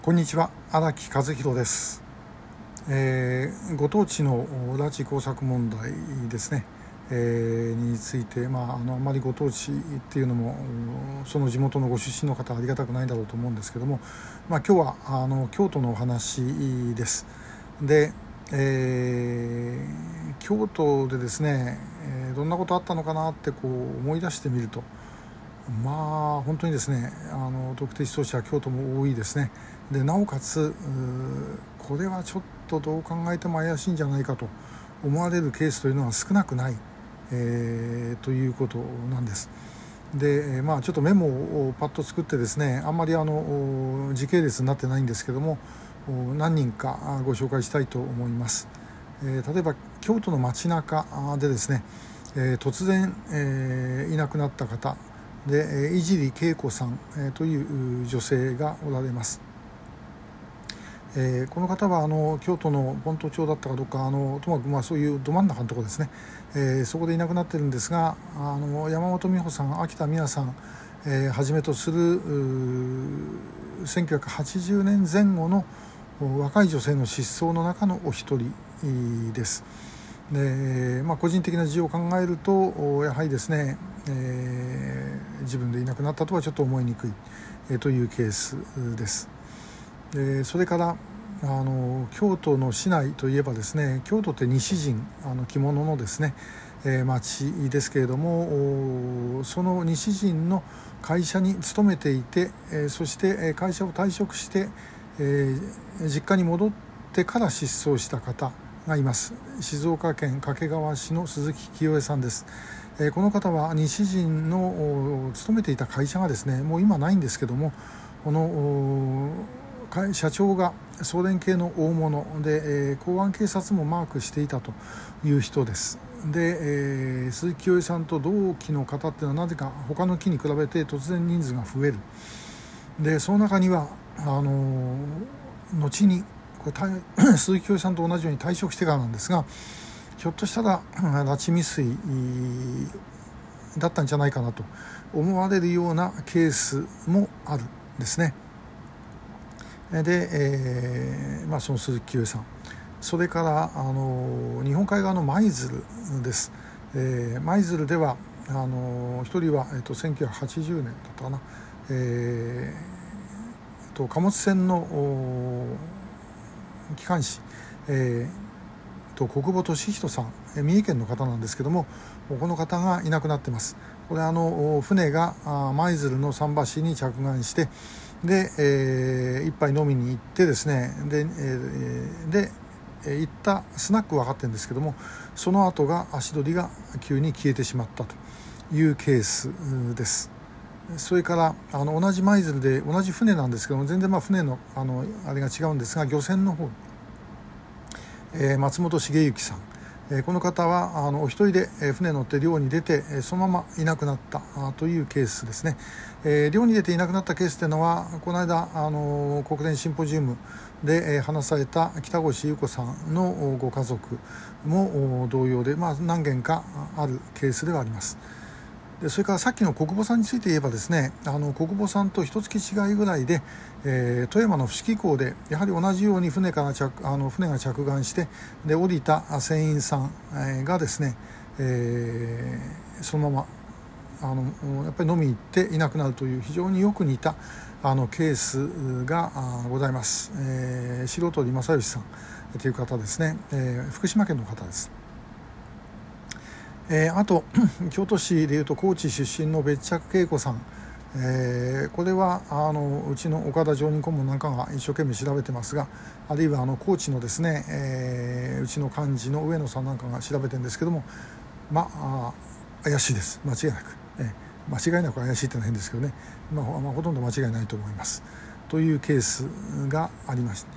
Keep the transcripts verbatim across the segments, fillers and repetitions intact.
こんにちは、荒木和弘です。えー、ご当地の拉致工作問題ですね、えー、について、まあ、あのあまりご当地っていうのもその地元のご出身の方はありがたくないだろうと思うんですけども、まあ、今日はあの京都のお話です。で、えー、京都でですね、えー、どんなことあったのかなってこう思い出してみると、まあ本当にですね、あの特定失踪者は京都も多いですね。でなおかつこれはちょっとどう考えても怪しいんじゃないかと思われるケースというのは少なくない、えー、ということなんです。で、まあ、ちょっとメモをパッと作ってですね、あんまりあの時系列になってないんですけども、何人かご紹介したいと思います。えー、例えば京都の街中でですね、えー、突然、えー、いなくなった方で、井尻恵子さん、えー、という女性がおられます。えー、この方はあの京都の本島町だったかどうか、あのともかくまあそういうど真ん中のところですね、えー、そこでいなくなってるんですが、あの山本美穂さん、秋田美奈さん、えー、はじめとするせんきゅうひゃくはちじゅうねんぜん後の若い女性の失踪の中のお一人です。で、まあ、個人的な事情を考えるとやはりですね、えー、自分でいなくなったとはちょっと思いにくい、えー、というケースです。でそれからあの京都の市内といえばですね、京都って西陣、あの着物のですね、えー、町ですけれども、その西陣の会社に勤めていて、えー、そして会社を退職して、えー、実家に戻ってから失踪した方がいます。静岡県掛川市の鈴木清江さんです。えー、この方は西陣の勤めていた会社がですね、もう今ないんですけども、この社長が送電系の大物で、えー、公安警察もマークしていたという人です。で、えー、鈴木清江さんと同期の方っていうのはなぜか他の期に比べて突然人数が増える。でその中にはあのー、後にこれ鈴木清江さんと同じように退職してからなんですが、ひょっとしたら拉致未遂だったんじゃないかなと思われるようなケースもあるんですね。で、えーまあ、その鈴木清江さん、それからあの日本海側の舞鶴です。えー、舞鶴ではあの一人は、えー、とせんきゅうひゃくはちじゅうねんだったかな、えー、と貨物船の機関士、えー、と国母俊人さん、三重県の方なんですけども、この方がいなくなってます。これあの船が舞鶴の桟橋に着岸して、で、えー、一杯飲みに行ってですね、で、えー、で行ったスナック分かってるんですけども、その後が足取りが急に消えてしまったというケースです。それからあの同じ舞鶴で同じ船なんですけども、全然まあ船のあのあれが違うんですが、漁船の方、えー、松本茂之さん、この方はあのお一人で船乗って漁に出てそのままいなくなったというケースですね。えー、漁に出ていなくなったケースというのは、この間あの国連シンポジウムで話された北越優子さんのご家族も同様で、まあ、何件かあるケースではあります。でそれからさっきの国母さんについて言えばですね、あの国母さんと一月違いぐらいで、えー、富山の伏木港でやはり同じように船から着あの船が着岸して、で降りた船員さん、えー、がですね、えー、そのままあのやっぱり飲みに行っていなくなるという非常によく似たあのケースがございます。えー、白鳥正義さんという方ですね、えー、福島県の方です。えー、あと京都市でいうと高知出身の別着恵子さん、えー、これはあのうちの岡田常任顧問なんかが一生懸命調べてますが、あるいはあの高知のですね、えー、うちの幹事の上野さんなんかが調べてるんですけども、まあ怪しいです、間違いなく、えー、間違いなく怪しいってのは変ですけどね、まあ、まあ、ほとんど間違いないと思いますというケースがありました。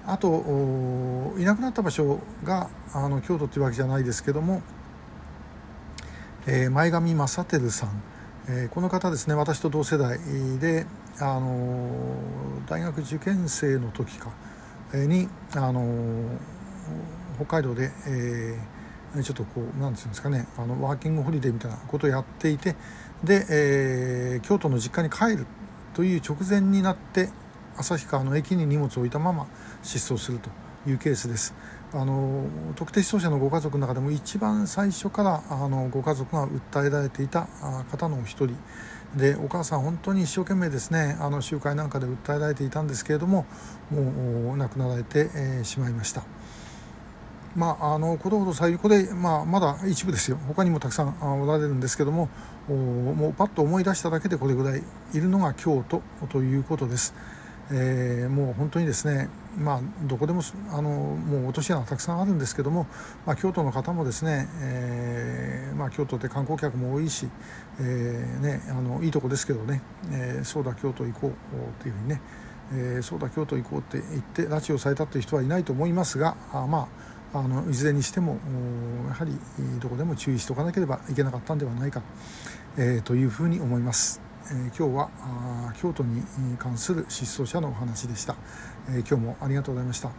あといなくなった場所があの京都というわけじゃないですけども、えー、前上正輝さん、えー、この方ですね、私と同世代で、あのー、大学受験生の時かに、あのー、北海道で、えー、ちょっとこうなんていうんですかね、あのワーキングホリデーみたいなことをやっていて、で、えー、京都の実家に帰るという直前になって旭川の駅に荷物を置いたまま失踪するというケースです。あの特定失踪者のご家族の中でも一番最初からあのご家族が訴えられていた方のお一人で、お母さん本当に一生懸命ですね、あの集会なんかで訴えられていたんですけれども、もう亡くなられて、えー、しまいました。まあ、あのことほど最これ、まあ、まだ一部ですよ。他にもたくさんおられるんですけども、もうパッと思い出しただけでこれぐらいいるのが京都ということです。えー、もう本当にですね、まあ、どこでもあのもう落とし穴たくさんあるんですけども、まあ、京都の方もですね、えーまあ、京都って観光客も多いし、えーね、あのいいとこですけどね、えー、そうだ京都行こうっていうふうにね、えー、そうだ京都行こうって言って拉致をされたという人はいないと思いますが、あまああのいずれにしてもやはりどこでも注意しておかなければいけなかったんではないか、えー、というふうに思います。えー、今日は京都に関する失踪者のお話でした。えー、今日もありがとうございました。